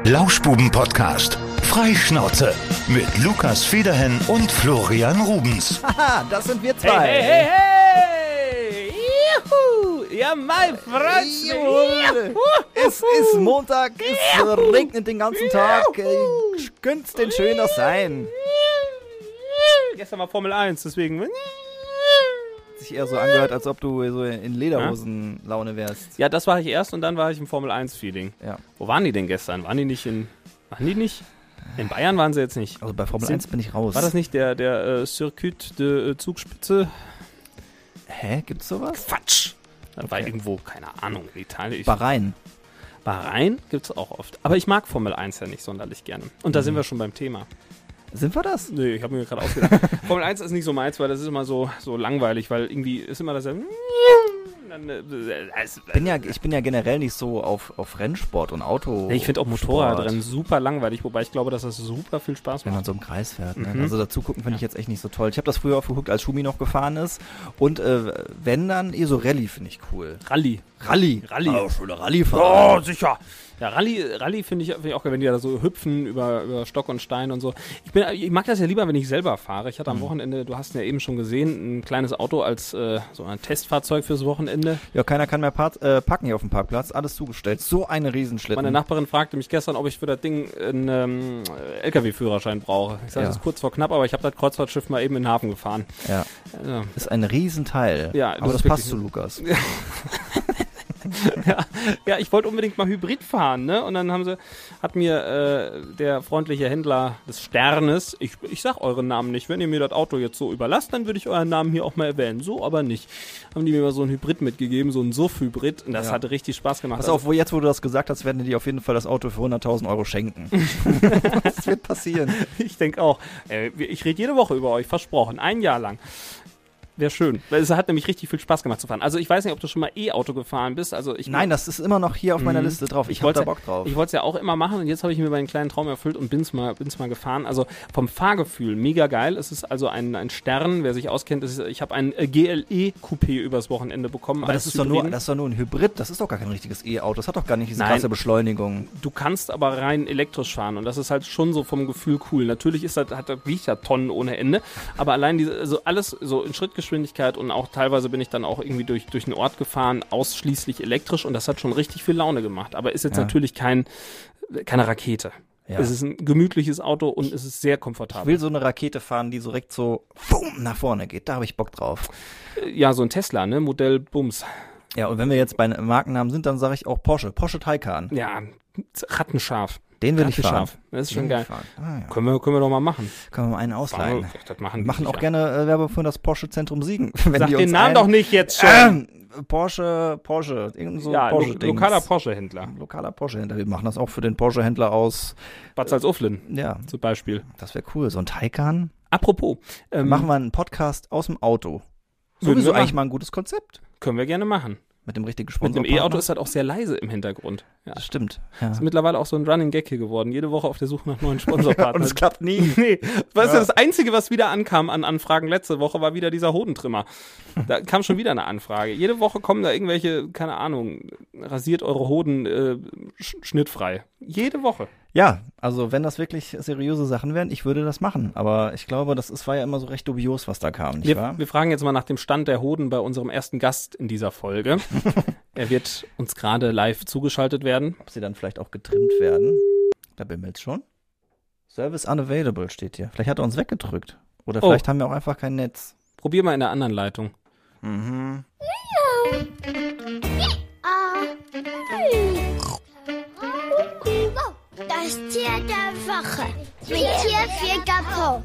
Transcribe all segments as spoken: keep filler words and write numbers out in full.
Lauschbuben-Podcast. Freischnauze mit Lukas Federhen und Florian Rubens. Haha, das sind wir zwei. Hey, hey, hey, hey! Juhu! Ja, mein Freund! Es ist Montag, es Juhu. regnet den ganzen Tag. Könnte es denn schöner sein? Gestern war Formel eins, deswegen... Hat sich eher so angehört, als ob du so in Lederhosen-Laune wärst. Ja, das war ich erst und dann war ich im Formel eins Feeling. Ja. Wo waren die denn gestern? Waren die nicht in... Waren die nicht? In Bayern waren sie jetzt nicht. Also bei Formel Sind, eins bin ich raus. War das nicht der, der äh, Circuit de äh, Zugspitze? Hä, gibt's sowas? Quatsch! Das Okay. war irgendwo, keine Ahnung, Italien. Ich, Bahrain. Bahrain gibt's auch oft. Aber ich mag Formel eins ja nicht sonderlich gerne. Und da mhm. sind wir schon beim Thema. Sind wir das? Nee, ich habe mir gerade ausgedacht. Formel eins ist nicht so meins, weil das ist immer so, so langweilig, weil irgendwie ist immer das... Dann, äh, ich, bin ja, ich bin ja generell nicht so auf, auf Rennsport und Auto. Nee, ich finde auch Motorradrennen super langweilig, wobei ich glaube, dass das super viel Spaß macht. Wenn man so im Kreis fährt. Ne? Mhm. Also dazu gucken finde ich jetzt echt nicht so toll. Ich habe das früher aufgeguckt, als Schumi noch gefahren ist. Und äh, wenn dann, eh so Rallye finde ich cool. Rallye. Rallye. Rallye. Oh, schöne Rallye fahren. Oh, sicher. Ja, Rallye, Rallye finde ich, find ich auch geil, wenn die da so hüpfen über, über Stock und Stein und so. Ich, bin, ich mag das ja lieber, wenn ich selber fahre. Ich hatte am mhm. Wochenende, du hast ja eben schon gesehen, ein kleines Auto als äh, so ein Testfahrzeug fürs Wochenende. Ja, keiner kann mehr part, äh, parken hier auf dem Parkplatz. Alles zugestellt. So eine Riesenschlitten. Meine Nachbarin fragte mich gestern, ob ich für das Ding einen ähm, L K W-Führerschein brauche. Ich sage, ja. das ist kurz vor knapp, aber ich habe das Kreuzfahrtschiff mal eben in den Hafen gefahren. Ja. ja. Das ist ein Riesenteil. Ja, aber das, das passt zu Lukas. Ja. ja, ja, ich wollte unbedingt mal Hybrid fahren, ne? Und dann haben sie, hat mir äh, der freundliche Händler des Sternes, ich, ich sag euren Namen nicht, wenn ihr mir das Auto jetzt so überlasst, dann würde ich euren Namen hier auch mal erwähnen. So aber nicht. Haben die mir mal so ein Hybrid mitgegeben, so ein S U V-Hybrid, und das ja. hatte richtig Spaß gemacht. Pass auf, wo jetzt, wo du das gesagt hast, werden die dir auf jeden Fall das Auto für hunderttausend Euro schenken. Das wird passieren. Ich denke auch. Äh, ich rede jede Woche über euch, versprochen, ein Jahr lang. Wäre schön, weil es hat nämlich richtig viel Spaß gemacht zu fahren. Also ich weiß nicht, ob du schon mal E-Auto gefahren bist. Also ich Nein, das ist immer noch hier auf meiner mhm. Liste drauf. Ich, ich hab da Bock drauf. Ich wollte es ja auch immer machen und jetzt habe ich mir meinen kleinen Traum erfüllt und bin's mal, bin's mal gefahren. Also vom Fahrgefühl mega geil. Es ist also ein, ein Stern, wer sich auskennt. Ist, ich habe ein G L E-Coupé übers Wochenende bekommen. Aber das ist, doch nur, das ist doch nur ein Hybrid. Das ist doch gar kein richtiges E-Auto. Das hat doch gar nicht diese Nein. krasse Beschleunigung. Du kannst aber rein elektrisch fahren und das ist halt schon so vom Gefühl cool. Natürlich ist das, hat das wiegt ja Tonnen ohne Ende, aber allein diese, also alles so in Schrittgeschwindigkeit und auch teilweise bin ich dann auch irgendwie durch, durch einen Ort gefahren, ausschließlich elektrisch und das hat schon richtig viel Laune gemacht. Aber ist jetzt ja. natürlich kein, keine Rakete. Ja. Es ist ein gemütliches Auto und es ist sehr komfortabel. Ich will so eine Rakete fahren, die so direkt so boom, nach vorne geht. Da habe ich Bock drauf. Ja, so ein Tesla, ne? Modell Bums. Ja, und wenn wir jetzt bei Markennamen sind, dann sage ich auch Porsche. Porsche Taycan. Ja, rattenscharf. Den will ich fahren. Das ist schon geil. Ah, ja. Können wir, können wir doch mal machen. Können wir mal einen ausleihen. Wir, das machen wir machen auch gerne äh, Werbung für das Porsche Zentrum Siegen. Wenn Sag die den uns Namen ein, doch nicht jetzt schon. Ähm, Porsche, Porsche. Irgend so ja, Porsche lo- lokaler Porsche-Händler. Lokaler Porsche-Händler. Wir machen das auch für den Porsche-Händler aus Bad Salzuflen. Ja. Zum Beispiel. Das wäre cool. So ein Taycan. Apropos. Ähm, machen wir einen Podcast aus dem Auto. Sowieso eigentlich mal ein gutes Konzept. Können wir gerne machen. Mit dem richtigen Sponsor. Mit dem E-Auto ist halt auch sehr leise im Hintergrund. Ja. Das stimmt. Ja. Das ist mittlerweile auch so ein Running Gag hier geworden. Jede Woche auf der Suche nach neuen Sponsorpartnern. Und es klappt nie. Nee. Weißt ja. du, das Einzige, was wieder ankam an Anfragen letzte Woche, war wieder dieser Hodentrimmer. Da kam schon wieder eine Anfrage. Jede Woche kommen da irgendwelche, keine Ahnung, rasiert eure Hoden äh, sch- schnittfrei. Jede Woche. Ja, also wenn das wirklich seriöse Sachen wären, ich würde das machen. Aber ich glaube, das ist, war ja immer so recht dubios, was da kam, nicht wir, wahr? Wir fragen jetzt mal nach dem Stand der Hoden bei unserem ersten Gast in dieser Folge. Er wird uns gerade live zugeschaltet werden. Ob sie dann vielleicht auch getrimmt werden. Da bimmelt's schon. Service unavailable steht hier. Vielleicht hat er uns weggedrückt. Oder Oh. vielleicht haben wir auch einfach kein Netz. Probier mal in der anderen Leitung. Mhm. Das Tier der Woche. Mit Tierpfleger Paul.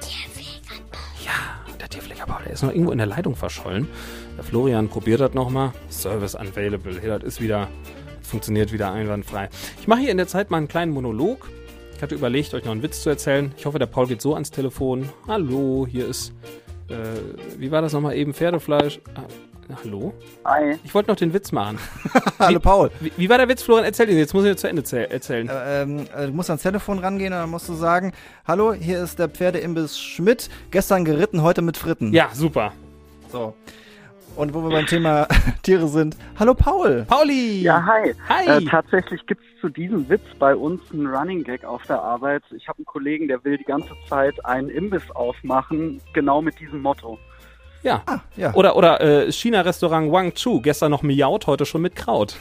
Ja, der Tierpfleger, der ist noch irgendwo in der Leitung verschollen. Der Florian probiert das nochmal. Service unavailable. Hier, das ist wieder, das funktioniert wieder einwandfrei. Ich mache hier in der Zeit mal einen kleinen Monolog. Ich hatte überlegt, euch noch einen Witz zu erzählen. Ich hoffe, der Paul geht so ans Telefon. Hallo, hier ist, äh, wie war das nochmal eben? Pferdefleisch. Ah, hallo? Hi. Ich wollte noch den Witz machen. Hallo Paul. Wie, wie war der Witz, Florian? Erzähl ihn, jetzt muss ich ihn zu Ende zäh- erzählen. Äh, ähm, äh, du musst ans Telefon rangehen und dann musst du sagen, hallo, hier ist der Pferdeimbiss Schmidt, gestern geritten, heute mit Fritten. Ja, super. So. Und wo wir beim Thema Tiere sind, hallo Paul. Pauli! Ja, hi. Hi! Äh, tatsächlich gibt's zu diesem Witz bei uns einen Running Gag auf der Arbeit. Ich habe einen Kollegen, der will die ganze Zeit einen Imbiss aufmachen, genau mit diesem Motto. Ja. Ah, ja. Oder, oder äh, China-Restaurant Wang Chu, gestern noch miaut, heute schon mit Kraut.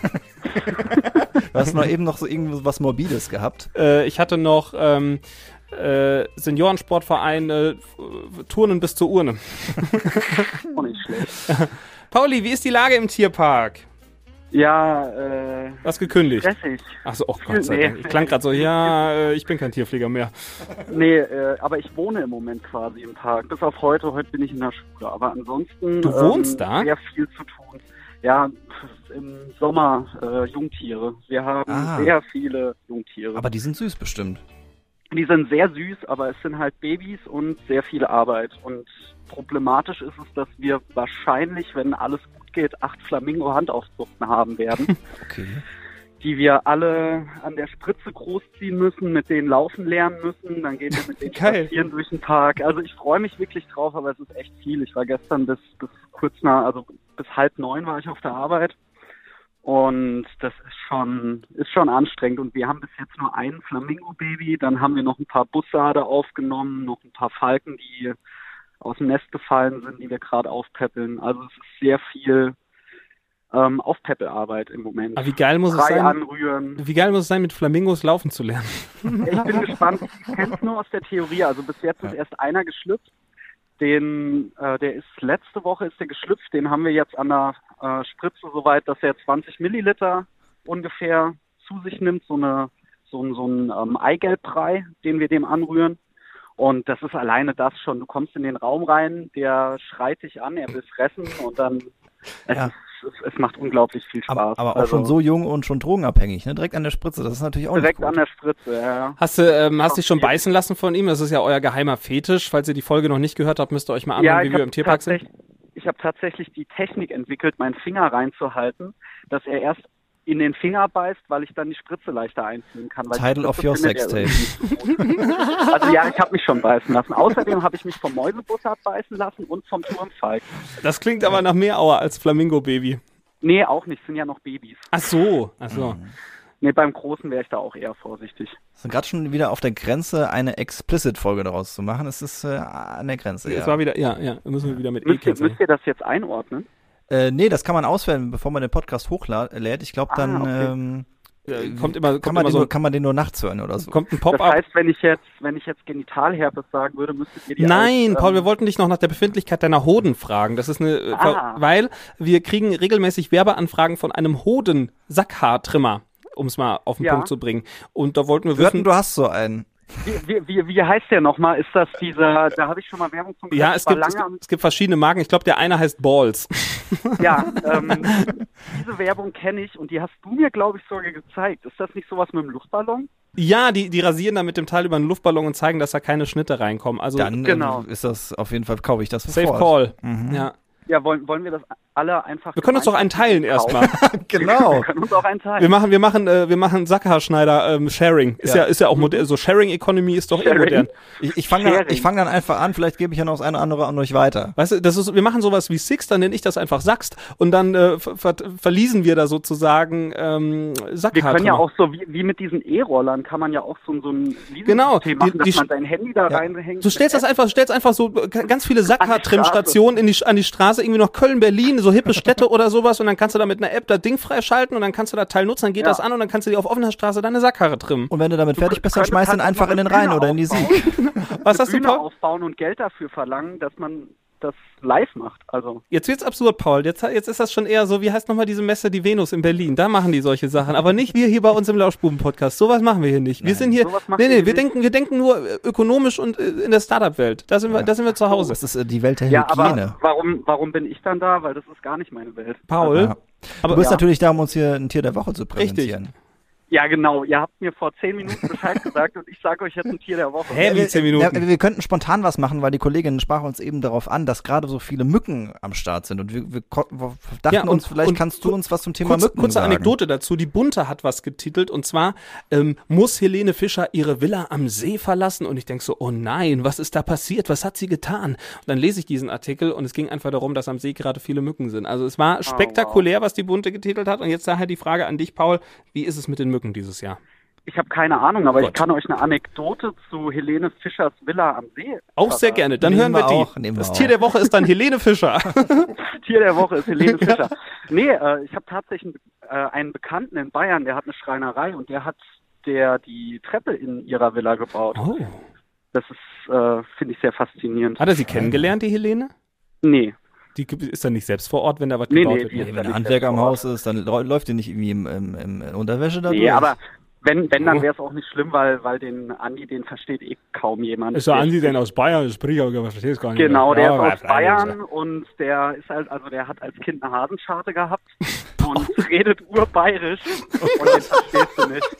Du hast noch eben noch so irgendwas Morbides gehabt. Äh, ich hatte noch ähm, äh, Seniorensportverein äh, Turnen bis zur Urne. Auch nicht schlecht. Pauli, wie ist die Lage im Tierpark? Ja, äh, Du hast gekündigt. stressig. Achso, oh Gott sei Nee. Dank. Ich klang gerade so, ja, äh, ich bin kein Tierpfleger mehr. Nee, äh, aber ich wohne im Moment quasi im Park. Bis auf heute, heute bin ich in der Schule. Aber ansonsten Du wohnst ähm, da? sehr viel zu tun. Ja, im Sommer äh, Jungtiere. Wir haben Ah. sehr viele Jungtiere. Aber die sind süß bestimmt. Die sind sehr süß, aber es sind halt Babys und sehr viel Arbeit. Und problematisch ist es, dass wir wahrscheinlich, wenn alles gut geht, acht Flamingo-Handaufzuchten haben werden, Okay. die wir alle an der Spritze großziehen müssen, mit denen laufen lernen müssen. Dann gehen wir mit denen Geil. spazieren durch den Park. Also ich freue mich wirklich drauf, aber es ist echt viel. Ich war gestern bis, bis kurz nach, also bis halb neun war ich auf der Arbeit. Und das ist schon, ist schon anstrengend. Und wir haben bis jetzt nur ein Flamingo-Baby. Dann haben wir noch ein paar Bussarde aufgenommen, noch ein paar Falken, die aus dem Nest gefallen sind, die wir gerade aufpäppeln. Also es ist sehr viel ähm, Aufpäppelarbeit im Moment. Aber wie geil muss es Brei sein, anrühren. wie geil muss es sein, mit Flamingos laufen zu lernen? Ich bin gespannt. Ich kenne es nur aus der Theorie. Also bis jetzt ist erst einer geschlüpft. Den, äh, der ist letzte Woche ist der geschlüpft. Den haben wir jetzt an der äh, Spritze soweit, dass er zwanzig Milliliter ungefähr zu sich nimmt. So eine so ein so ein ähm, Eigelbbrei, den wir dem anrühren. Und das ist alleine das schon. Du kommst in den Raum rein, der schreit dich an, er will fressen und dann es, Ja. ist, es, es macht unglaublich viel Spaß. Aber, aber auch Also schon so jung und schon drogenabhängig, ne? Direkt an der Spritze, das ist natürlich auch direkt nicht an gut. der Spritze, ja. ja. Hast du ähm, hast dich schon beißen lassen von ihm? Das ist ja euer geheimer Fetisch. Falls ihr die Folge noch nicht gehört habt, müsst ihr euch mal anhören, wie ich wir hab im Tierpark sind. tatsächlich- Ich habe tatsächlich die Technik entwickelt, meinen Finger reinzuhalten, dass er erst in den Finger beißt, weil ich dann die Spritze leichter einziehen kann. Weil die Title of Spritze your findet er Sextape. irgendwie nicht so gut. Also ja, ich habe mich schon beißen lassen. Außerdem habe ich mich vom Mäusebussard beißen lassen und vom Turmfalken. Das klingt aber nach mehr Aua als Flamingo-Baby. Nee, auch nicht, sind ja noch Babys. Ach so, ach so. Nee, beim Großen wäre ich da auch eher vorsichtig. Wir sind gerade schon wieder auf der Grenze, eine Explicit-Folge daraus zu machen. Es ist äh, an der Grenze, Es ja. war wieder, ja, ja, müssen wir wieder mit Müsst ihr, E-Canceln. müsst ihr das jetzt einordnen? Äh, nee, das kann man auswählen, bevor man den Podcast hochlädt. Ich glaube, Ah, dann okay. ähm, Ja, kommt immer, kann, kommt man immer den so nur, kann man den nur nachts hören oder so. kommt ein Das Pop-up. heißt, wenn ich jetzt, wenn ich jetzt Genitalherpes sagen würde, müsstet ihr die Nein, als, Paul, ähm, wir wollten dich noch nach der Befindlichkeit deiner Hoden fragen. Das ist eine, äh, Ah. weil wir kriegen regelmäßig Werbeanfragen von einem Hoden-Sackhaartrimmer, um es mal auf den Ja. Punkt zu bringen. Und da wollten wir Wir hatten, wissen, du hast so einen. Wie, wie, wie, wie heißt der nochmal? Ist das dieser, da habe ich schon mal Werbung von ja, gehört, es war gibt, es, lange gibt, es gibt verschiedene Marken. Ich glaube, der eine heißt Balls. am, ja, ähm, diese Werbung kenne ich und die hast du mir, glaube ich, sogar gezeigt. Ist das nicht sowas mit dem Luftballon? Ja, die, die rasieren da mit dem Teil über einen Luftballon und zeigen, dass da keine Schnitte reinkommen. Also Dann Genau. äh, ist das auf jeden Fall, kaufe ich das Safe sofort. Call. Ja. Ja, wollen, wollen wir das alle einfach... Wir können uns doch einen teilen erstmal. Genau. Wir können uns auch einen Wir teilen. machen, wir machen, äh, wir machen Sackhaarschneider ähm, Sharing. Ist ja, Ja. ist ja auch modern. So Sharing Economy ist doch eh Sharing. modern. Ich, ich fange dann, Sharing. ich fang dann einfach an, vielleicht gebe ich ja noch das eine oder andere an euch weiter. Weißt du, das ist, wir machen sowas wie Six, dann nenne ich das einfach Saxt und dann äh, ver ver verließen wir da sozusagen ähm, Wir Sackhaartrimmer. können ja auch so, wie, wie mit diesen E-Rollern, kann man ja auch so, so ein Genau, Leasing-System machen, die- dass die- man sein Handy da Ja. reinhängt. Du stellst das einfach, stellst einfach so äh, ganz viele Sackhaartrimstationen in die, an die Straße, irgendwie noch Köln, Berlin, so hippe Städte oder sowas und dann kannst du da mit einer App das Ding freischalten und dann kannst du das Teil nutzen, dann geht Ja. das an und dann kannst du dir auf offener Straße deine Sackhaare trimmen. Und wenn du damit fertig bist, dann könntest schmeißt halt ihn einfach noch in den eine Rhein Bühne oder in die aufbauen. Sieg. Was hast du, Bühne Paul? aufbauen und Geld dafür verlangen, dass man das live macht. Also Jetzt wird's absurd, Paul. Jetzt, jetzt ist das schon eher so, wie heißt nochmal diese Messe, die Venus in Berlin. Da machen die solche Sachen. Aber nicht wir hier bei uns im Lauschbuben-Podcast. Sowas machen wir hier nicht. Wir Nein. sind hier, Sowas macht nee, ihr nee, hier wir nicht. denken, wir denken nur äh, ökonomisch und äh, in der Startup-Welt. Da sind wir, da sind wir zu Hause. Das ist äh, die Welt der ja, Hygiene. aber warum, warum bin ich dann da? Weil das ist gar nicht meine Welt. Paul, Ja. aber Du bist ja. natürlich da, um uns hier ein Tier der Woche zu Richtig. präsentieren. Ja, genau. Ihr habt mir vor zehn Minuten Bescheid gesagt und ich sage euch jetzt ein Tier der Woche. Hä, wie zehn Minuten? Ja, wir könnten spontan was machen, weil die Kollegin sprach uns eben darauf an, dass gerade so viele Mücken am Start sind. Und wir, wir ko- dachten Ja, und- uns, vielleicht und kannst du uns was zum Thema Kurz, Mücken kurze sagen. Anekdote dazu. Die Bunte hat was getitelt und zwar ähm, muss Helene Fischer ihre Villa am See verlassen und ich denke so, oh nein, was ist da passiert? Was hat sie getan? Und dann lese ich diesen Artikel und es ging einfach darum, dass am See gerade viele Mücken sind. Also es war spektakulär, was die Bunte getitelt hat und jetzt daher die Frage an dich, Paul, wie ist es mit den Mücken dieses Jahr? Ich habe keine Ahnung, aber Gott. ich kann euch eine Anekdote zu Helene Fischers Villa am See Auch sehr verraten. gerne, dann Nehmen hören wir wir die. auch, nehmen wir das auch. Tier der Woche ist dann Helene Fischer. Tier der Woche ist Helene Fischer. Nee, äh, ich habe tatsächlich äh, einen Bekannten in Bayern, der hat eine Schreinerei und der hat der die Treppe in ihrer Villa gebaut. Oh. Das ist, äh, finde ich, sehr faszinierend. Hat er sie kennengelernt, die Helene? Nee. Die ist dann nicht selbst vor Ort, wenn da was Nee, gebaut nee, wird? die ist Wenn ja ein nicht Handwerker im vor Ort. Haus ist, dann lau- läuft ihr nicht irgendwie im, im, im in Unterwäsche da Nee, durch. aber wenn, wenn dann wäre es auch nicht schlimm, weil, weil den Andi, den versteht eh kaum jemand. Ist der Der- Andi denn aus Bayern? Das spricht aber, was verstehe ich gar nicht. Genau, mehr. der Ja, ist aus ja, Bayern und der ist halt, also der hat als Kind eine Hasenscharte gehabt und redet urbayerisch und den verstehst du nicht.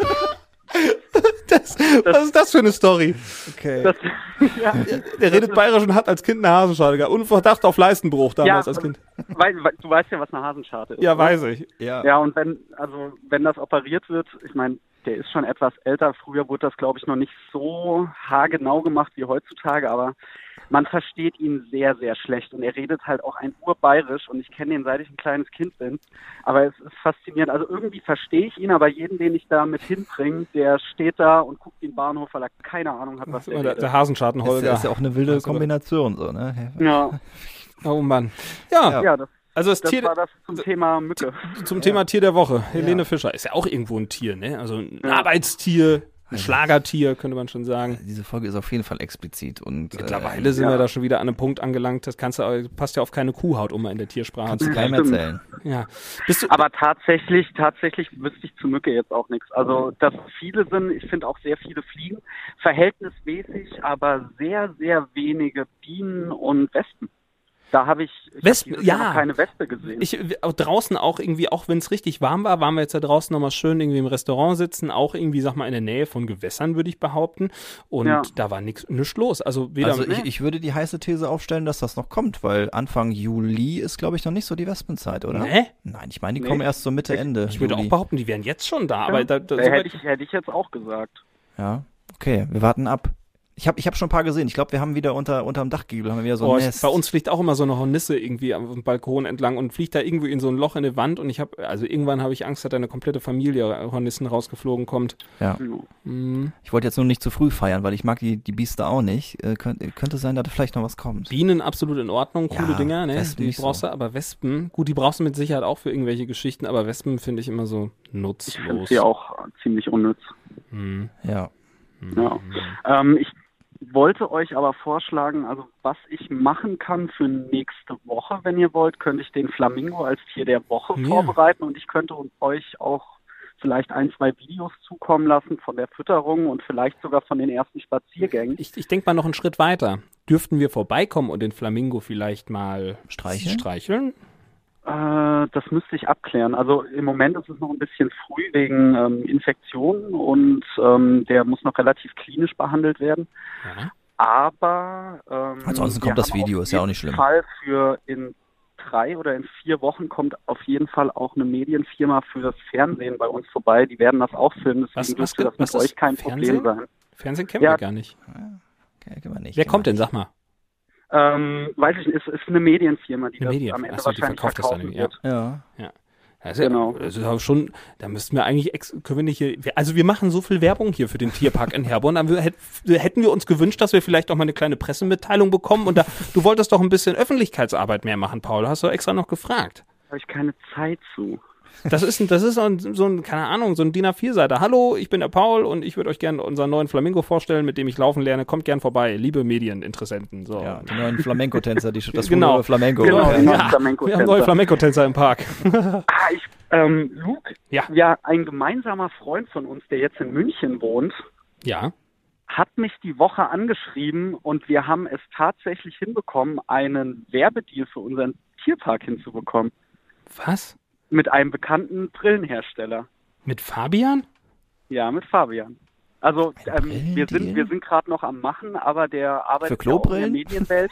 Das, was ist das für eine Story? Okay. Das, ja, Der redet bayerisch und hat als Kind eine Hasenschale gehabt. Und Verdacht auf Leistenbruch damals ja, als Kind. weil, weil, du weißt ja, was eine Hasenscharte ist. Ja, oder? weiß ich. ja. Ja, und wenn, also wenn das operiert wird, ich meine, der ist schon etwas älter. Früher wurde das, glaube ich, noch nicht so haargenau gemacht wie heutzutage, aber man versteht ihn sehr, sehr schlecht und er redet halt auch ein Urbayerisch und ich kenne ihn, seit ich ein kleines Kind bin. Aber es ist faszinierend. Also irgendwie verstehe ich ihn, aber jeden, den ich da mit hinbringe, der steht da und guckt den Bahnhof, weil er keine Ahnung hat, was Der, er der redet. Hasenschartenholger. Ist, ist ja auch eine wilde Also, Kombination, so, ne? Ja, Oh Mann. Ja, ja, das, also das, das Tier war das zum Thema Mücke. zum Thema Tier der Woche. Helene Fischer ist ja auch irgendwo ein Tier, ne? Also ein Ja. Arbeitstier, ein Schlagertier, könnte man schon sagen. Diese Folge ist auf jeden Fall explizit und Mittlerweile äh, sind ja. wir da schon wieder an einem Punkt angelangt, das kannst du, passt ja auf keine Kuhhaut, um mal in der Tiersprache kannst zu du keinem Stimmt. erzählen. Ja. Bist du, Aber tatsächlich, tatsächlich wüsste ich zu Mücke jetzt auch nichts. Also, dass viele sind, ich finde auch sehr viele Fliegen, verhältnismäßig, aber sehr, sehr wenige Bienen und Wespen. Da habe ich, ich Wespen, hab dieses Jahr ja. noch keine Wespe gesehen. Ich, auch draußen auch irgendwie, auch wenn es richtig warm war, waren wir jetzt da draußen nochmal schön irgendwie im Restaurant sitzen, auch irgendwie, sag mal, in der Nähe von Gewässern, würde ich behaupten. Und Ja. da war nichts nichts los. Also weder Also ich, ich würde die heiße These aufstellen, dass das noch kommt, weil Anfang Juli ist, glaube ich, noch nicht so die Wespenzeit, oder? Nee? Nein, ich meine, die Nee. kommen erst so Mitte, Ende Ich würde Juli. auch behaupten, die wären jetzt schon da, aber da, da, Äh, so hätte, weit- ich, hätte ich jetzt auch gesagt. Ja, okay, wir warten ab. Ich habe ich hab schon ein paar gesehen. Ich glaube, wir haben wieder unter unterm Dachgiebel haben wir wieder so Oh, ein ich, Nest. bei uns fliegt auch immer so eine Hornisse irgendwie am Balkon entlang und fliegt da irgendwie in so ein Loch in die Wand und ich habe, also irgendwann habe ich Angst, dass da eine komplette Familie Hornissen rausgeflogen kommt. Ja. Mhm. Ich wollte jetzt nur nicht zu früh feiern, weil ich mag die, die Biester auch nicht. Äh, könnte, könnte sein, dass da vielleicht noch was kommt. Bienen absolut in Ordnung, coole Ja, Dinger, ne? Wespen Die nicht brauchst so. du, aber Wespen, gut, die brauchst du mit Sicherheit auch für irgendwelche Geschichten, aber Wespen finde ich immer so Ich finde nutzlos. sie auch ziemlich unnütz. Mhm. Ja. Ja. Ähm, ich wollte euch aber vorschlagen, also was ich machen kann für nächste Woche, wenn ihr wollt, könnte ich den Flamingo als Tier der Woche Ja. vorbereiten und ich könnte euch auch vielleicht ein, zwei Videos zukommen lassen von der Fütterung und vielleicht sogar von den ersten Spaziergängen. Ich, ich denke mal noch einen Schritt weiter. Dürften wir vorbeikommen und den Flamingo vielleicht mal Streicheln? streicheln? Äh, das müsste ich abklären. Also im Moment ist es noch ein bisschen früh wegen ähm, Infektionen und ähm, der muss noch relativ klinisch behandelt werden. Ja. Aber ähm, Ansonsten wir kommt das haben Video, auf ist ja auch jeden nicht schlimm. Fall für in drei oder in vier Wochen kommt auf jeden Fall auch eine Medienfirma für das Fernsehen bei uns vorbei. Die werden das auch filmen, Was- deswegen was dürfte das was mit ist euch kein Fernsehen? Problem sein. Fernsehen kennen Ja. wir gar nicht. Okay, können wir nicht. Wer können kommt wir denn, sag mal? Ähm, weiß ich nicht, es ist eine Medienfirma, die Eine das Medien- am Ende Achso, die wahrscheinlich verkauft das dann verkaufen irgendwie, ja. wird. Ja. Das ist ja, Genau. das ist aber schon, da müssten wir eigentlich, ex, können wir nicht hier, wir- also wir machen so viel Werbung hier für den Tierpark in Herborn, dann wir- hätt- hätten wir uns gewünscht, dass wir vielleicht auch mal eine kleine Pressemitteilung bekommen und da, du wolltest doch ein bisschen Öffentlichkeitsarbeit mehr machen, Paul, hast du extra noch gefragt. Habe ich keine Zeit zu. Das ist ein, das ist so ein, so ein, keine Ahnung, so ein D I N A vier Seiter. Hallo, ich bin der Paul und ich würde euch gerne unseren neuen Flamingo vorstellen, mit dem ich laufen lerne. Kommt gern vorbei, liebe Medieninteressenten. So. Ja, die neuen Flamenco-Tänzer, die das Genau. frühere Flamenco. Genau, Ja. die Ja, neuen Flamenco-Tänzer. wir haben neue Flamenco-Tänzer im Park. Ah, ich, ähm, Luke, Ja. ja, ein gemeinsamer Freund von uns, der jetzt in München wohnt, Ja. hat mich die Woche angeschrieben und wir haben es tatsächlich hinbekommen, einen Werbedeal für unseren Tierpark hinzubekommen. Was? Mit einem bekannten Brillenhersteller. Mit Fabian? Ja, mit Fabian. Also ähm, wir Brillendeal? sind wir sind gerade noch am Machen, aber der arbeitet Für ja auch in der Klobrillen? Medienwelt.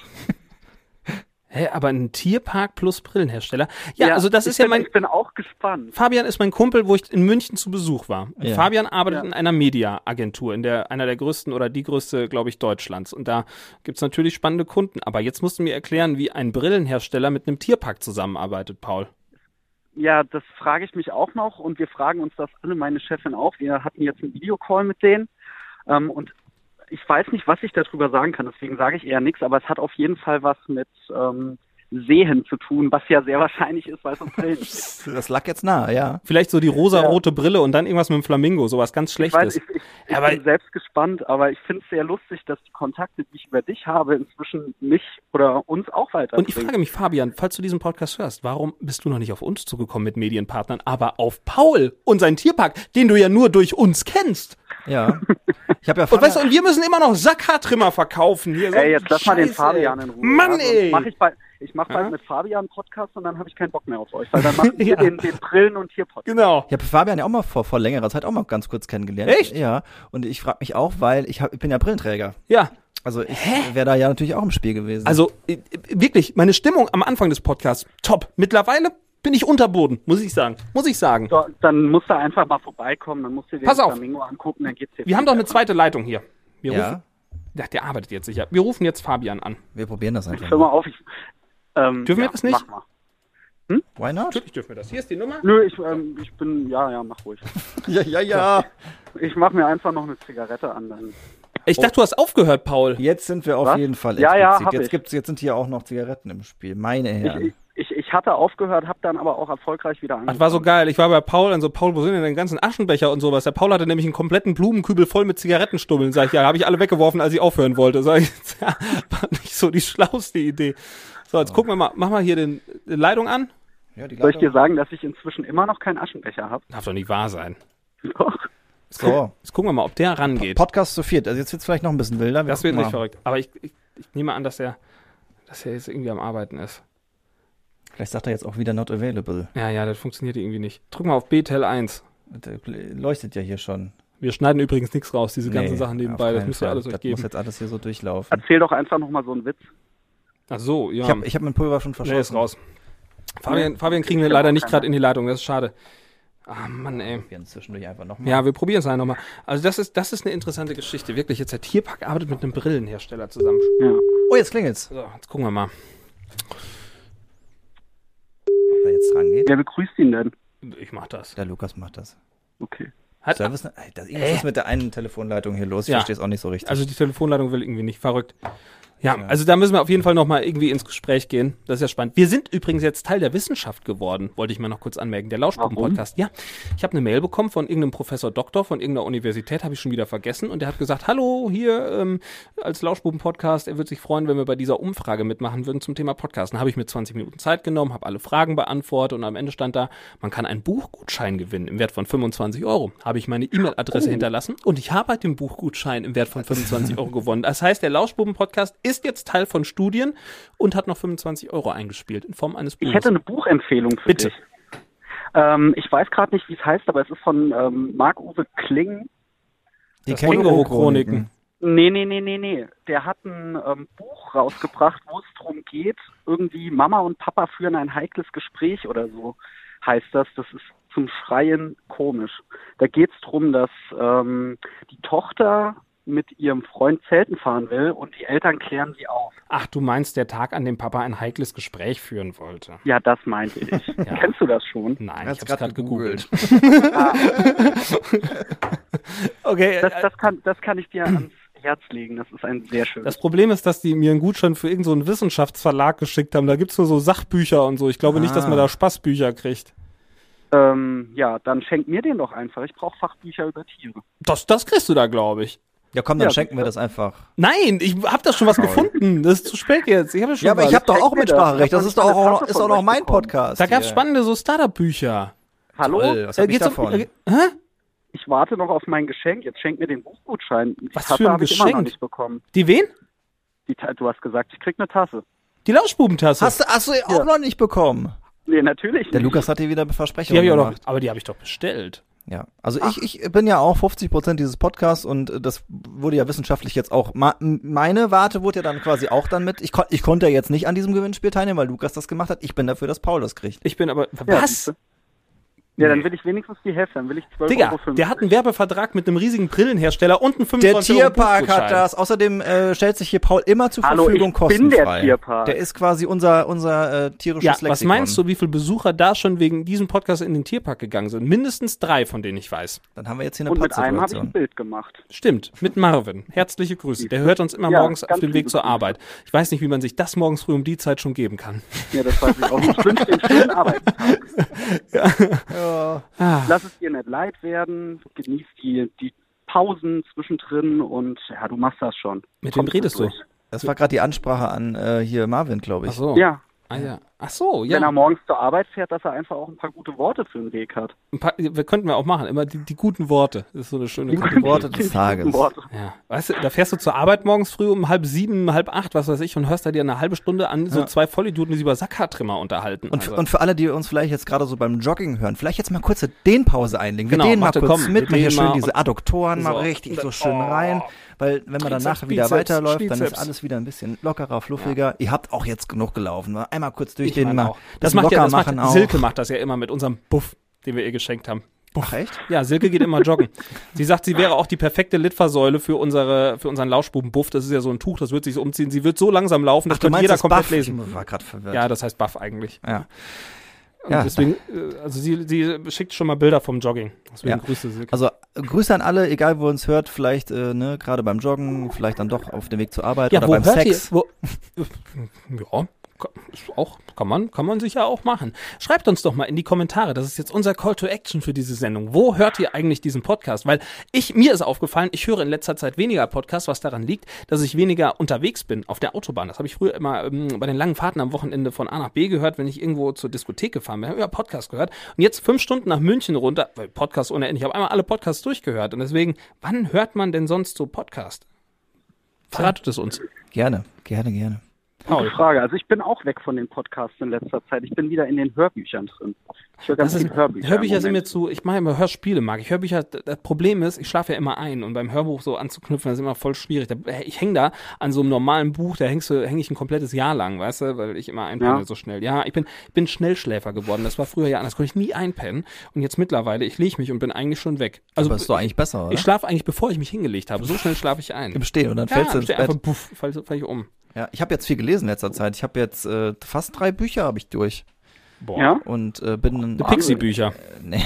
Hä, aber ein Tierpark plus Brillenhersteller? Ja, also das ich ist ja bin, mein... Ich bin auch gespannt. Fabian ist mein Kumpel, wo ich in München zu Besuch war. Und Ja. Fabian arbeitet Ja. in einer Media-Agentur, in der einer der größten oder die größte, glaube ich, Deutschlands. Und da gibt's natürlich spannende Kunden. Aber jetzt musst du mir erklären, wie ein Brillenhersteller mit einem Tierpark zusammenarbeitet, Paul. Ja, das frage ich mich auch noch und wir fragen uns das alle, meine Chefin auch. Wir hatten jetzt einen Videocall mit denen ähm, und ich weiß nicht, was ich darüber sagen kann, deswegen sage ich eher nichts, aber es hat auf jeden Fall was mit ähm, Sehen zu tun, was ja sehr wahrscheinlich ist, weil es um Brillen geht. Das lag jetzt nah, ja. Vielleicht so die rosa-rote Brille und dann irgendwas mit dem Flamingo, sowas ganz Ich, Schlechtes. weiß, ich, ich, ich Aber- bin selbst gespannt, aber ich finde es sehr lustig, dass die Kontakte, die ich über dich habe, inzwischen mich oder uns auch weiterbringen. Und ich frage mich, Fabian, falls du diesen Podcast hörst, warum bist du noch nicht auf uns zugekommen mit Medienpartnern, aber auf Paul und seinen Tierpark, den du ja nur durch uns kennst? Ja. Ich habe ja Und weißt du, und wir müssen immer noch Sackhaartrimmer verkaufen hier. So Ey, jetzt lass mal den Scheiße, Fabian ey. in Ruhe. Mann, ja? Sonst ey! Mach ich bald, ich mache bald Ja? mit Fabian einen Podcast und dann habe ich keinen Bock mehr auf euch, weil dann machen wir Ja. den, den Brillen- und Tierpodcast. Genau. Ich habe Fabian ja auch mal vor, vor längerer Zeit auch mal ganz kurz kennengelernt. Echt? Ja. Und ich frage mich auch, weil ich, hab, ich bin ja Brillenträger. Ja. Also ich wäre da ja natürlich auch im Spiel gewesen. Also äh, wirklich, meine Stimmung am Anfang des Podcasts, top. Mittlerweile bin ich unterboden, muss ich sagen. Muss ich sagen. So, dann musst du einfach mal vorbeikommen, dann musst du dir Pass den auf. Flamingo angucken, dann geht's dir. Wir haben doch eine zweite Leitung hier. Wir ja, rufen, ja, der arbeitet jetzt sicher. Wir rufen jetzt Fabian an. wir probieren das einfach Hör mal mal. auf. Ich, ähm, Dürfen wir ja, das nicht? Mach mal. Why not? Natürlich dürfen wir das. Hier ist die Nummer. Nö, ich, ähm, ich bin, ja, ja, mach ruhig. Ja, ja, ja. Ich mach mir einfach noch eine Zigarette an, dann. Ich dachte, du hast aufgehört, Paul. Jetzt sind wir auf Was? jeden Fall Ja, ja, explizit. hab jetzt ich. gibt's, jetzt sind hier auch noch Zigaretten im Spiel. Meine Ich, Herren. ich, ich hatte aufgehört, hab dann aber auch erfolgreich wieder angefangen. Das war so geil. Ich war bei Paul und so, Paul, wo sind denn deine ganzen Aschenbecher und sowas? Der Paul hatte nämlich einen kompletten Blumenkübel voll mit Zigarettenstummeln. Sag ich, ja, habe ich alle weggeworfen, als ich aufhören wollte. Sag ich, ja, war nicht so die schlauste Idee. So, jetzt gucken wir mal, mach mal hier den, die Leitung an. Ja, die Soll ich dir Leitung. sagen, dass ich inzwischen immer noch keinen Aschenbecher habe? Darf doch nicht wahr sein. Doch. So, Jetzt gucken wir mal, ob der rangeht. Podcast zu viert. Also jetzt wird's vielleicht noch ein bisschen wilder. Wir Das wird gucken nicht mal. verrückt. Aber ich, ich, ich nehme an, dass er, dass er jetzt irgendwie am Arbeiten ist. Vielleicht sagt er jetzt auch wieder not available. Ja, ja, das funktioniert irgendwie nicht. Drück mal auf B T L eins. Der leuchtet ja hier schon. Wir schneiden übrigens nichts raus, diese ganzen Nee, Sachen auf nebenbei. Das keinen müsst ihr Fall. alles euch Das geben. muss jetzt alles hier so durchlaufen. Erzähl doch einfach nochmal so einen Witz. Ach so, ja. Ich habe ich hab mein Pulver schon verschossen. Nee, ist raus. Fabian, Nee, Fabian kriegen wir ich hab leider auch nicht keinen. gerade in die Leitung, das ist schade. Ah, Mann, ey. Wir probieren zwischendurch einfach nochmal. Ja, wir probieren es einfach nochmal. Also das ist, das ist eine interessante Geschichte. Wirklich, jetzt der Tierpark arbeitet mit einem Brillenhersteller zusammen. Ja. Oh, jetzt klingelt's. So, jetzt gucken wir mal. Ob er jetzt rangeht. Wer begrüßt ihn denn? Ich mach das. Der Lukas macht das. Okay. Hat, Service, ey, das irgendwas Äh. ist mit der einen Telefonleitung hier los. Ich Ja. verstehe es auch nicht so richtig. also die Telefonleitung will irgendwie nicht. Verrückt. Ja, Ja. also da müssen wir auf jeden Fall nochmal irgendwie ins Gespräch gehen. Das ist ja spannend. Wir sind übrigens jetzt Teil der Wissenschaft geworden, wollte ich mal noch kurz anmerken. Der Lauschbuben-Podcast. Ja, ich habe eine Mail bekommen von irgendeinem Professor Doktor von irgendeiner Universität, habe ich schon wieder vergessen. Und der hat gesagt, hallo, hier ähm, als Lauschbuben-Podcast, er würde sich freuen, wenn wir bei dieser Umfrage mitmachen würden zum Thema Podcast. Dann habe ich mir zwanzig Minuten Zeit genommen, habe alle Fragen beantwortet und am Ende stand da, man kann einen Buchgutschein gewinnen im Wert von fünfundzwanzig Euro. Habe ich meine E-Mail-Adresse hinterlassen und ich habe halt den Buchgutschein im Wert von fünfundzwanzig Euro gewonnen. Das heißt, der Lauschbuben-Podcast ist jetzt Teil von Studien und hat noch fünfundzwanzig Euro eingespielt in Form eines Buches. Ich hätte eine Buchempfehlung für Bitte. dich. Ähm, ich weiß gerade nicht, wie es heißt, aber es ist von ähm, Marc-Uwe Kling. die das Känguru-Chroniken. Nee, nee, nee, nee, nee. Der hat ein ähm, Buch rausgebracht, wo es darum geht, irgendwie Mama und Papa führen ein heikles Gespräch oder so, heißt das. Das ist zum Schreien komisch. Da geht es darum, dass ähm, die Tochter mit ihrem Freund Zelten fahren will und die Eltern klären sie auf. Ach, du meinst der Tag, an dem Papa ein heikles Gespräch führen wollte? Ja, das meinte ich. Kennst du das schon? Nein, Er ich hat's hab's grad gerade gegoogelt. gegoogelt. Okay, Das, äh, das, kann, das kann ich dir ans Herz legen. Das ist ein sehr schönes. das Problem ist, dass die mir einen Gutschein für irgendeinen so Wissenschaftsverlag geschickt haben. Da gibt's nur so Sachbücher und so. Ich glaube nicht, dass man Ah. da Spaßbücher kriegt. Ähm, ja, dann schenk mir den doch einfach. Ich brauche Fachbücher über Tiere. Das, das kriegst du da, glaube ich. Ja, komm, dann Ja, schenken wir das einfach. Nein, ich hab da schon was gefunden. Das ist zu spät jetzt. Ich habe schon Ja, aber was. ich habe doch zeig auch mir das. Mitspracherecht. Ich Das hab ist doch eine auch, noch- Tasse ist von auch noch euch mein bekommen. Podcast. Da gab's hier. spannende so Startup-Bücher. Hallo? Toll, was hab ich geht's um- davon? äh, hä? Ich warte noch auf mein Geschenk. Jetzt schenk mir den Buchgutschein. Die Was Tasse für ein habe ich immer noch Geschenk? nicht bekommen. Die wen? Die, Ta- du hast gesagt, ich krieg eine Tasse. Die Lauschbubentasse. Hast du, hast du auch Ja. noch nicht bekommen? Nee, natürlich Der nicht. Lukas hat dir wieder Die Versprechungen hab ich auch noch, gemacht. aber die habe ich doch bestellt. Ja, also ich, ich bin ja auch fünfzig Prozent dieses Podcasts und das wurde ja wissenschaftlich jetzt auch, ma, meine Warte wurde ja dann quasi auch dann mit, ich, kon, ich konnte ja jetzt nicht an diesem Gewinnspiel teilnehmen, weil Lukas das gemacht hat, ich bin dafür, dass Paul das kriegt. Ich bin aber, Ja, was? siehste. Ja, dann will ich wenigstens die Hälfte, dann will ich zwölf Digga, Euro fünfzig. der hat einen Werbevertrag mit einem riesigen Brillenhersteller und einen Der fünfundzwanzig Euro Tierpark Buchgutschein. hat das, außerdem äh, stellt sich hier Paul immer zur Hallo, Verfügung ich bin kostenfrei. der Tierpark. Der ist quasi unser, unser äh, tierisches Ja, Lexikon. was meinst du, wie viele Besucher da schon wegen diesem Podcast in den Tierpark gegangen sind? Mindestens drei, von denen ich weiß. Dann haben wir jetzt hier eine Und mit einem habe ich Pattsituation. ein Bild gemacht. Stimmt, mit Marvin. Herzliche Grüße. Der hört uns immer Ja, morgens auf ganz dem Weg liebe zur Grüße. Arbeit. Ich weiß nicht, wie man sich das morgens früh um die Zeit schon geben kann. Ja, das weiß ich auch. Ich wünsche dir einen schönen Arbeitstag. Ja. Ah, Lass es dir nicht leid werden. Genieß die, die Pausen zwischendrin und ja, du machst das schon. mit wem Kommst redest du? durch. Das war gerade die Ansprache an äh, hier Marvin, glaube ich. Ach so. Ja, Ah, ja. Ach so, wenn er ja. morgens zur Arbeit fährt, dass er einfach auch ein paar gute Worte für den Weg hat. Ein paar, wir könnten wir auch machen. Immer die, die guten Worte. Das ist so eine schöne Die Kategorie. Worte des Tages. Worte. Ja, weißt du, da fährst du zur Arbeit morgens früh um halb sieben, halb acht, was weiß ich, und hörst da dir eine halbe Stunde an so Ja. zwei Vollidioten, die sich über Sackhaartrimmer unterhalten. Und, also. und für alle, die uns vielleicht jetzt gerade so beim Jogging hören, vielleicht jetzt mal kurz eine Dehnpause einlegen. Wir Genau, dehnen mal mach, kurz komm, mit, wir mal hier dehnen schön mal diese und- Adduktoren so. mal richtig so Oh. schön rein. Weil wenn man Trizeps, danach wieder Bizeps, weiterläuft, dann ist Trizeps. alles wieder ein bisschen lockerer, fluffiger. Ihr habt auch jetzt genug gelaufen. Ne? Einmal kurz durch Ich den meine mal auch. Das das macht ja, locker das macht, machen auch. Silke macht das ja immer mit unserem Buff, den wir ihr geschenkt haben. Ach echt? Ja, Silke geht immer joggen. Sie sagt, sie wäre auch die perfekte Litfaßsäule für unsere, für unseren Lauschbuben-Buff. Das ist ja so ein Tuch, das wird sich so umziehen. Sie wird so langsam laufen, das Ach, du könnte meinst jeder das komplett Buff? lesen. Ich war gerade verwirrt. Ja, das heißt Buff eigentlich. Ja. Und Ja. deswegen, äh, also sie, sie schickt schon mal Bilder vom Jogging. Deswegen Ja. Grüße Silke. Also äh, Grüße an alle, egal wo ihr uns hört, vielleicht äh, ne, gerade beim Joggen, vielleicht dann doch auf dem Weg zur Arbeit Ja, oder wo beim hört Sex. ihr? Wo, ja, ist auch, kann man, kann man sicher auch machen. Schreibt uns doch mal in die Kommentare, das ist jetzt unser Call to Action für diese Sendung. Wo hört ihr eigentlich diesen Podcast? Weil ich, mir ist aufgefallen, ich höre in letzter Zeit weniger Podcasts, was daran liegt, dass ich weniger unterwegs bin auf der Autobahn. Das habe ich früher immer ähm, bei den langen Fahrten am Wochenende von A nach B gehört, wenn ich irgendwo zur Diskothek gefahren bin. Ich habe immer Podcast gehört. Und jetzt fünf Stunden nach München runter, weil Podcast ohne Ende. Ich habe einmal alle Podcasts durchgehört. Und deswegen, wann hört man denn sonst so Podcast? Verratet es uns. Gerne, gerne, gerne. Paul. Gute Frage. Also ich bin auch weg von den Podcasts in letzter Zeit. Ich bin wieder in den Hörbüchern drin. Ich höre ganz Das ist, viele Hörbücher. Hörbücher im sind mir Moment. zu, ich mache immer Hörspiele, mag ich. Hörbücher, d- das Problem ist, ich schlafe ja immer ein und beim Hörbuch so anzuknüpfen, das ist immer voll schwierig. Da, ich hänge da an so einem normalen Buch, da hängst du, häng ich ein komplettes Jahr lang, weißt du, weil ich immer einpenne Ja. so schnell. Ja, ich bin, ich bin Schnellschläfer geworden. Das war früher ja anders, konnte ich nie einpennen. Und jetzt mittlerweile, ich lege mich und bin eigentlich schon weg. Also Aber ist doch eigentlich besser, oder? ich schlafe eigentlich, bevor ich mich hingelegt habe. So schnell schlafe ich ein. Im Stehen und dann ja, fällst du im ins Stehen Bett. einfach, puff, fall, fall ich um. Ja, ich habe jetzt viel gelesen in letzter Zeit. Ich habe jetzt äh, fast drei Bücher habe ich durch Boah. Ja? und äh, bin Die Pixie-Bücher. Äh, nee.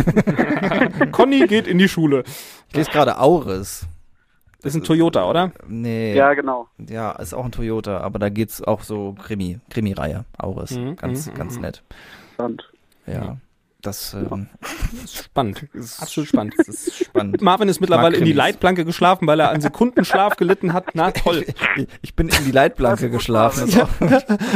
Conny geht in die Schule. Ich lese gerade Auris. Das ist ein Toyota, oder? Nee. Ja, genau. Ja, ist auch ein Toyota, aber da geht's auch so Krimi, Krimi-Reihe, Auris. Mhm, ganz, mhm, ganz mhm. nett. Spannend. Ja, das ähm, Das ist spannend. ist Absolut spannend. Das ist spannend. Marvin ist mittlerweile in die Krimis. Leitplanke geschlafen, weil er an Sekundenschlaf gelitten hat. Na toll. Ich, ich bin in die Leitplanke geschlafen. Das auch,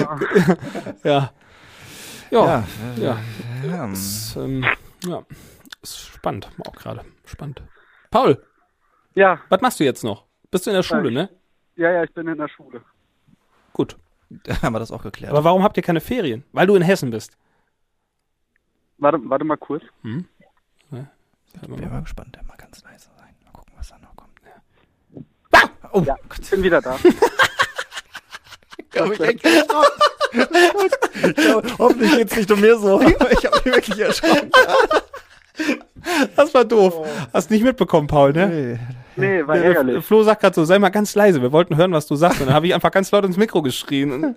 Ja. Ja. ja, Ja. ja. Ist, ähm, ja. Ist spannend. Auch gerade. Spannend. Paul, Ja, was machst du jetzt noch? Bist du in der Schule, ne? ja, ja, ich bin in der Schule. Gut. Da haben wir das auch geklärt. Aber warum habt ihr keine Ferien? Weil du in Hessen bist. Warte, warte mal kurz. Hm? Ich bin mal gespannt, der mal ganz leise sein. Mal gucken, was da noch kommt. Oh, Ja, ich bin wieder da. Glaub ich, echt erschrocken. Ich glaub, hoffentlich geht's nicht um mir so. Aber ich habe mich wirklich erschrocken. das war doof. Hast nicht mitbekommen, Paul, ne? Nee. Nee, war Der- ärgerlich. Flo sagt gerade so, sei mal ganz leise, wir wollten hören, was du sagst. Und dann habe ich einfach ganz laut ins Mikro geschrien. Und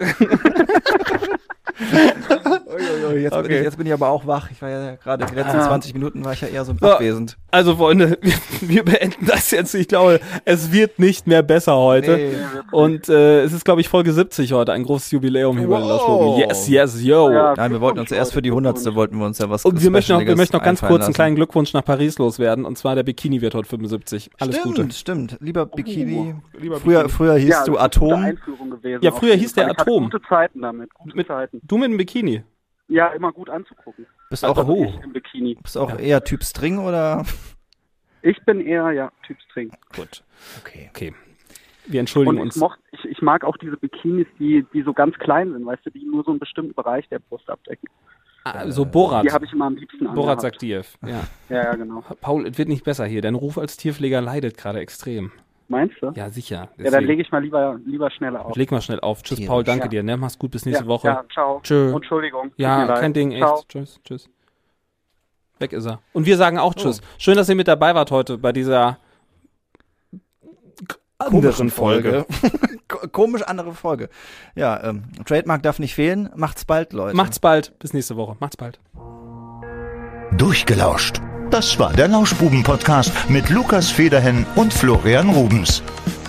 Uiuiui, jetzt, bin Okay. ich, jetzt bin ich aber auch wach. Ich war ja gerade die letzten Ah. zwanzig Minuten war ich ja eher so So. abwesend. also, Freunde, wir, wir beenden das jetzt. Ich glaube, es wird nicht mehr besser heute. Nee. Und äh, es ist, glaube ich, Folge siebzig heute, ein großes Jubiläum hier bei den Wow. Lauschbuben. Yes, yes, yo. Ja. Nein, wir wollten uns erst für die hundertste wollten wir uns ja was Und wir möchten, noch, wir Specialiges möchten noch ganz einfallen kurz einen lassen. kleinen Glückwunsch nach Paris loswerden. Und zwar der Bikini wird heute fünfundsiebzig. Alles stimmt, Gute. Stimmt, lieber Bikini. Lieber Früher, Bikini. früher hieß Ja, du das ist eine gute Atom. Einführung gewesen, Ja, auf früher jeden hieß der Fall. Ich hatte Atom. Gute Zeiten damit, gute Mit- Zeiten. Du mit dem Bikini. Ja, immer gut anzugucken. Bist auch, Also oh, ich im Bikini. bist auch Ja. eher Typ String oder? Ich bin eher, ja, Typ String. Gut. Okay. Okay. Wir entschuldigen Und ich, uns. mocht, ich, ich mag auch diese Bikinis, die, die so ganz klein sind, weißt du, die nur so einen bestimmten Bereich der Brust abdecken. Ah, so Borat. Die habe ich immer am liebsten angehabt. Borat Sagdiyev, ja. Ja, ja, genau. Paul, es wird nicht besser hier. Dein Ruf als Tierpfleger leidet gerade extrem. Meinst du? Ja, sicher. Ja, dann lege ich mal lieber, lieber schneller auf. Leg mal schnell auf. Tschüss, Tierisch. Paul, danke Ja. dir. Ne? Mach's gut, bis nächste ja, Woche. Ja, ciao. Tschö. Und Entschuldigung. tut mir Ja, leid. kein Ding, echt. Ciao. Tschüss, tschüss. Weg ist er. Und wir sagen auch Tschüss. Schön, dass ihr mit dabei wart heute bei dieser anderen Folge. Ko- Komisch andere Folge. Ja, ähm, Trademark darf nicht fehlen. Macht's bald, Leute. Macht's bald. Bis nächste Woche. Macht's bald. Durchgelauscht. Das war der Lauschbuben-Podcast mit Lukas Federhen und Florian Rubens.